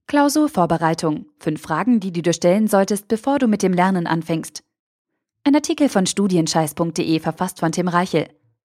Klausurvorbereitung. 5 Fragen, die du dir stellen solltest, bevor du mit dem Lernen anfängst. Ein Artikel von studienscheiß.de, verfasst von Tim Reichel.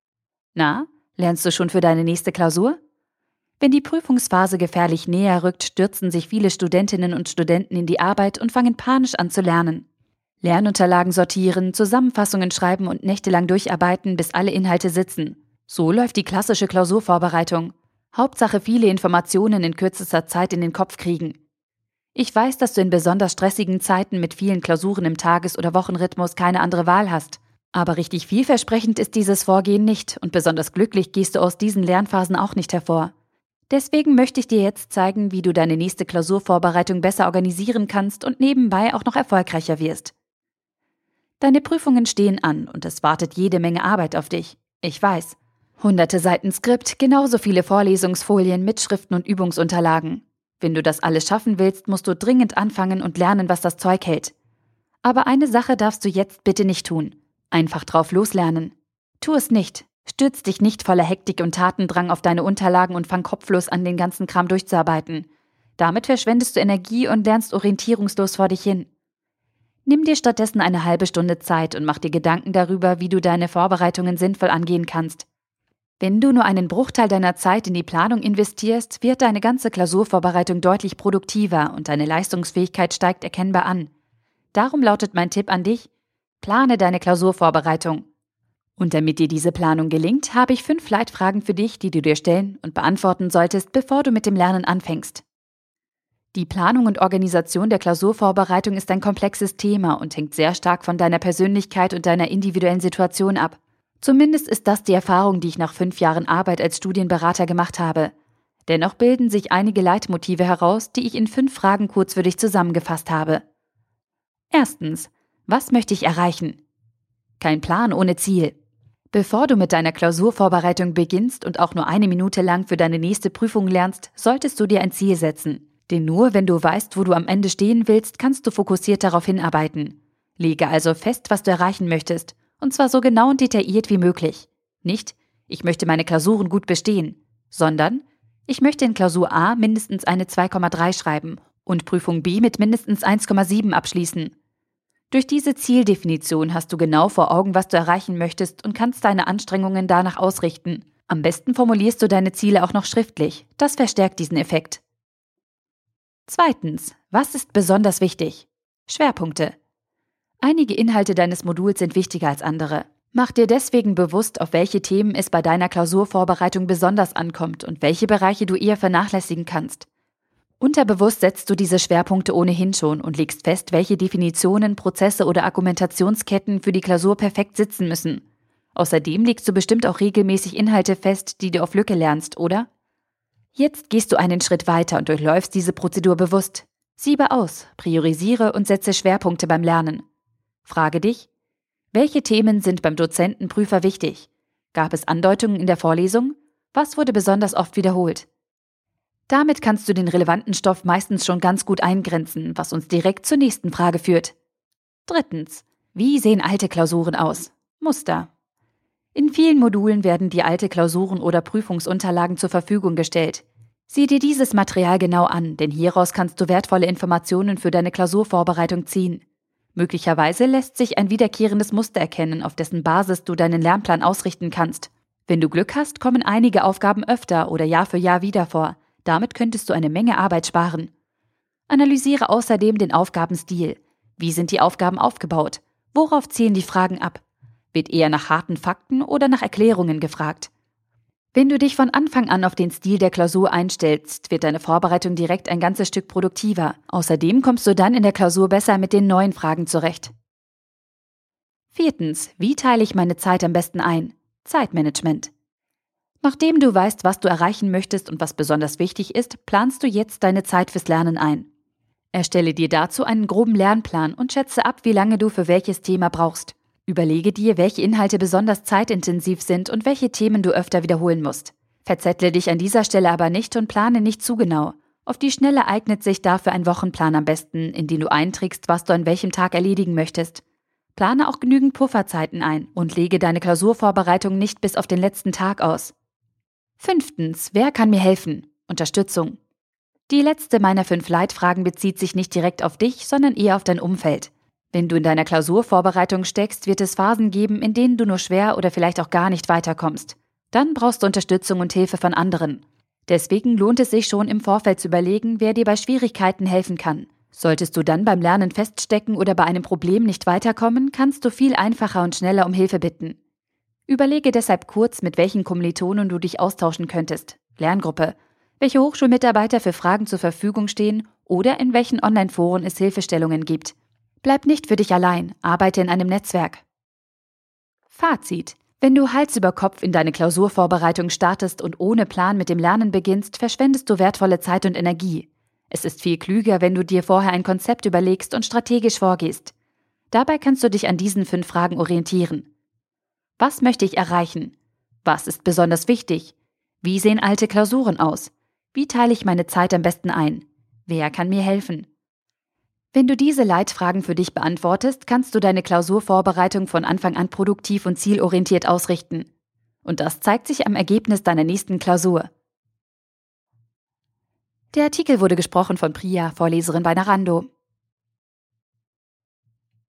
Na, lernst du schon für deine nächste Klausur? Wenn die Prüfungsphase gefährlich näher rückt, stürzen sich viele Studentinnen und Studenten in die Arbeit und fangen panisch an zu lernen. Lernunterlagen sortieren, Zusammenfassungen schreiben und nächtelang durcharbeiten, bis alle Inhalte sitzen. So läuft die klassische Klausurvorbereitung. Hauptsache viele Informationen in kürzester Zeit in den Kopf kriegen. Ich weiß, dass du in besonders stressigen Zeiten mit vielen Klausuren im Tages- oder Wochenrhythmus keine andere Wahl hast. Aber richtig vielversprechend ist dieses Vorgehen nicht und besonders glücklich gehst du aus diesen Lernphasen auch nicht hervor. Deswegen möchte ich dir jetzt zeigen, wie du deine nächste Klausurvorbereitung besser organisieren kannst und nebenbei auch noch erfolgreicher wirst. Deine Prüfungen stehen an und es wartet jede Menge Arbeit auf dich. Ich weiß. Hunderte Seiten Skript, genauso viele Vorlesungsfolien, Mitschriften und Übungsunterlagen. Wenn du das alles schaffen willst, musst du dringend anfangen und lernen, was das Zeug hält. Aber eine Sache darfst du jetzt bitte nicht tun. Einfach drauf loslernen. Tu es nicht. Stürz dich nicht voller Hektik und Tatendrang auf deine Unterlagen und fang kopflos an, den ganzen Kram durchzuarbeiten. Damit verschwendest du Energie und lernst orientierungslos vor dich hin. Nimm dir stattdessen eine halbe Stunde Zeit und mach dir Gedanken darüber, wie du deine Vorbereitungen sinnvoll angehen kannst. Wenn du nur einen Bruchteil deiner Zeit in die Planung investierst, wird deine ganze Klausurvorbereitung deutlich produktiver und deine Leistungsfähigkeit steigt erkennbar an. Darum lautet mein Tipp an dich: Plane deine Klausurvorbereitung. Und damit dir diese Planung gelingt, habe ich 5 Leitfragen für dich, die du dir stellen und beantworten solltest, bevor du mit dem Lernen anfängst. Die Planung und Organisation der Klausurvorbereitung ist ein komplexes Thema und hängt sehr stark von deiner Persönlichkeit und deiner individuellen Situation ab. Zumindest ist das die Erfahrung, die ich nach 5 Jahren Arbeit als Studienberater gemacht habe. Dennoch bilden sich einige Leitmotive heraus, die ich in 5 Fragen kurz für dich zusammengefasst habe. Erstens: Was möchte ich erreichen? Kein Plan ohne Ziel. Bevor du mit deiner Klausurvorbereitung beginnst und auch nur 1 Minute lang für deine nächste Prüfung lernst, solltest du dir ein Ziel setzen. Denn nur wenn du weißt, wo du am Ende stehen willst, kannst du fokussiert darauf hinarbeiten. Lege also fest, was du erreichen möchtest. Und zwar so genau und detailliert wie möglich. Nicht: Ich möchte meine Klausuren gut bestehen, sondern: Ich möchte in Klausur A mindestens eine 2,3 schreiben und Prüfung B mit mindestens 1,7 abschließen. Durch diese Zieldefinition hast du genau vor Augen, was du erreichen möchtest und kannst deine Anstrengungen danach ausrichten. Am besten formulierst du deine Ziele auch noch schriftlich. Das verstärkt diesen Effekt. Zweitens: Was ist besonders wichtig? Schwerpunkte. Einige Inhalte deines Moduls sind wichtiger als andere. Mach dir deswegen bewusst, auf welche Themen es bei deiner Klausurvorbereitung besonders ankommt und welche Bereiche du eher vernachlässigen kannst. Unterbewusst setzt du diese Schwerpunkte ohnehin schon und legst fest, welche Definitionen, Prozesse oder Argumentationsketten für die Klausur perfekt sitzen müssen. Außerdem legst du bestimmt auch regelmäßig Inhalte fest, die du auf Lücke lernst, oder? Jetzt gehst du einen Schritt weiter und durchläufst diese Prozedur bewusst. Siebe aus, priorisiere und setze Schwerpunkte beim Lernen. Frage dich: Welche Themen sind beim Dozentenprüfer wichtig? Gab es Andeutungen in der Vorlesung? Was wurde besonders oft wiederholt? Damit kannst du den relevanten Stoff meistens schon ganz gut eingrenzen, was uns direkt zur nächsten Frage führt. Drittens: Wie sehen alte Klausuren aus? Muster. In vielen Modulen werden dir alte Klausuren oder Prüfungsunterlagen zur Verfügung gestellt. Sieh dir dieses Material genau an, denn hieraus kannst du wertvolle Informationen für deine Klausurvorbereitung ziehen. Möglicherweise lässt sich ein wiederkehrendes Muster erkennen, auf dessen Basis du deinen Lernplan ausrichten kannst. Wenn du Glück hast, kommen einige Aufgaben öfter oder Jahr für Jahr wieder vor. Damit könntest du eine Menge Arbeit sparen. Analysiere außerdem den Aufgabenstil. Wie sind die Aufgaben aufgebaut? Worauf zielen die Fragen ab? Wird eher nach harten Fakten oder nach Erklärungen gefragt? Wenn du dich von Anfang an auf den Stil der Klausur einstellst, wird deine Vorbereitung direkt ein ganzes Stück produktiver. Außerdem kommst du dann in der Klausur besser mit den neuen Fragen zurecht. Viertens: Wie teile ich meine Zeit am besten ein? Zeitmanagement. Nachdem du weißt, was du erreichen möchtest und was besonders wichtig ist, planst du jetzt deine Zeit fürs Lernen ein. Erstelle dir dazu einen groben Lernplan und schätze ab, wie lange du für welches Thema brauchst. Überlege dir, welche Inhalte besonders zeitintensiv sind und welche Themen du öfter wiederholen musst. Verzettle dich an dieser Stelle aber nicht und plane nicht zu genau. Auf die Schnelle eignet sich dafür ein Wochenplan am besten, in den du einträgst, was du an welchem Tag erledigen möchtest. Plane auch genügend Pufferzeiten ein und lege deine Klausurvorbereitung nicht bis auf den letzten Tag aus. Fünftens: Wer kann mir helfen? Unterstützung. Die letzte meiner 5 Leitfragen bezieht sich nicht direkt auf dich, sondern eher auf dein Umfeld. Wenn du in deiner Klausurvorbereitung steckst, wird es Phasen geben, in denen du nur schwer oder vielleicht auch gar nicht weiterkommst. Dann brauchst du Unterstützung und Hilfe von anderen. Deswegen lohnt es sich schon im Vorfeld zu überlegen, wer dir bei Schwierigkeiten helfen kann. Solltest du dann beim Lernen feststecken oder bei einem Problem nicht weiterkommen, kannst du viel einfacher und schneller um Hilfe bitten. Überlege deshalb kurz, mit welchen Kommilitonen du dich austauschen könntest. Lerngruppe. Welche Hochschulmitarbeiter für Fragen zur Verfügung stehen oder in welchen Online-Foren es Hilfestellungen gibt. Bleib nicht für dich allein, arbeite in einem Netzwerk. Fazit. Wenn du Hals über Kopf in deine Klausurvorbereitung startest und ohne Plan mit dem Lernen beginnst, verschwendest du wertvolle Zeit und Energie. Es ist viel klüger, wenn du dir vorher ein Konzept überlegst und strategisch vorgehst. Dabei kannst du dich an diesen 5 Fragen orientieren. Was möchte ich erreichen? Was ist besonders wichtig? Wie sehen alte Klausuren aus? Wie teile ich meine Zeit am besten ein? Wer kann mir helfen? Wenn du diese Leitfragen für dich beantwortest, kannst du deine Klausurvorbereitung von Anfang an produktiv und zielorientiert ausrichten. Und das zeigt sich am Ergebnis deiner nächsten Klausur. Der Artikel wurde gesprochen von Priya, Vorleserin bei Narando.